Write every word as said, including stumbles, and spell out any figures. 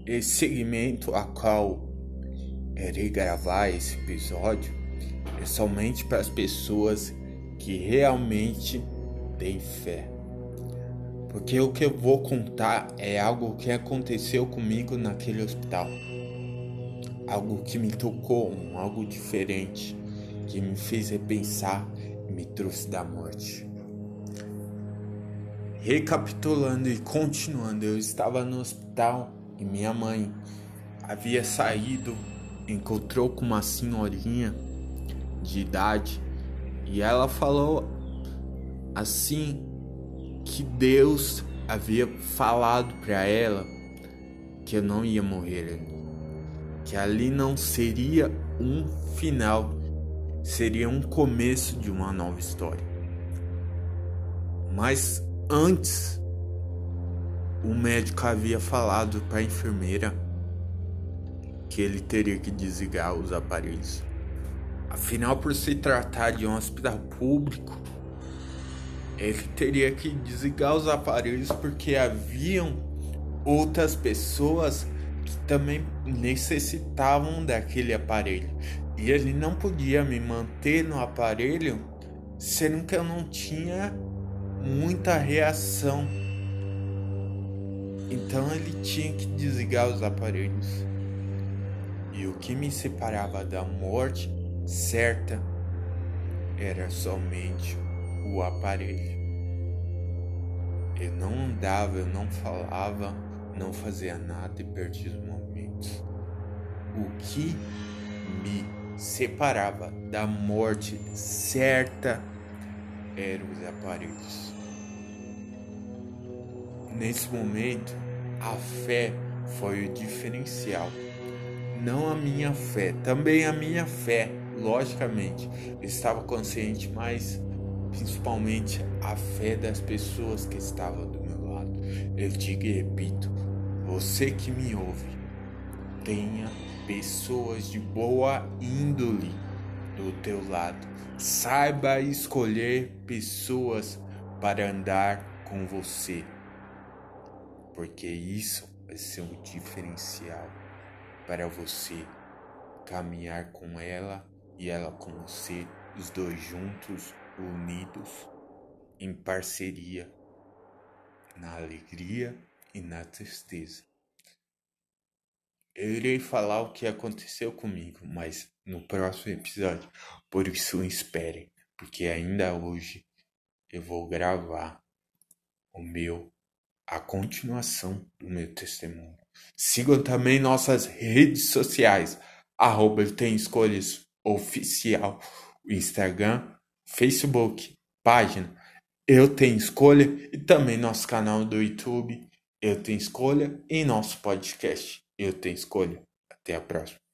esse segmento a qual irei gravar esse episódio é somente para as pessoas que realmente têm fé. Porque o que eu vou contar é algo que aconteceu comigo naquele hospital. Algo que me tocou, um algo diferente, que me fez repensar e me trouxe da morte. Recapitulando e continuando, eu estava no hospital e minha mãe havia saído, encontrou com uma senhorinha de idade e ela falou assim que Deus havia falado para ela que eu não ia morrer ali, que ali não seria um final, seria um começo de uma nova história. Mas antes, o médico havia falado para a enfermeira que ele teria que desligar os aparelhos. Afinal, por se tratar de um hospital público, ele teria que desligar os aparelhos porque haviam outras pessoas que também necessitavam daquele aparelho. E ele não podia me manter no aparelho, sendo que eu não tinha muita reação. Então ele tinha que desligar os aparelhos. E o que me separava da morte certa era somente o aparelho. Eu não andava, eu não falava, não fazia nada e perdi os momentos. O que me separava da morte certa eram os aparelhos. Nesse momento, a fé foi o diferencial. Não a minha fé, também a minha fé, logicamente. Eu estava consciente, mas principalmente a fé das pessoas que estavam do meu lado. Eu digo e repito, você que me ouve, tenha pessoas de boa índole do teu lado. Saiba escolher pessoas para andar com você, porque isso vai ser um diferencial para você caminhar com ela e ela com você, os dois juntos, unidos, em parceria, na alegria e na tristeza. Eu irei falar o que aconteceu comigo, mas no próximo episódio, por isso esperem, porque ainda hoje eu vou gravar o meu, a continuação do meu testemunho. Sigam também nossas redes sociais, arroba eu tenho escolhas oficial, o Instagram, Facebook, página Eu Tenho Escolha e também nosso canal do YouTube Eu Tenho Escolha e nosso podcast Eu Tenho Escolha. Até a próxima.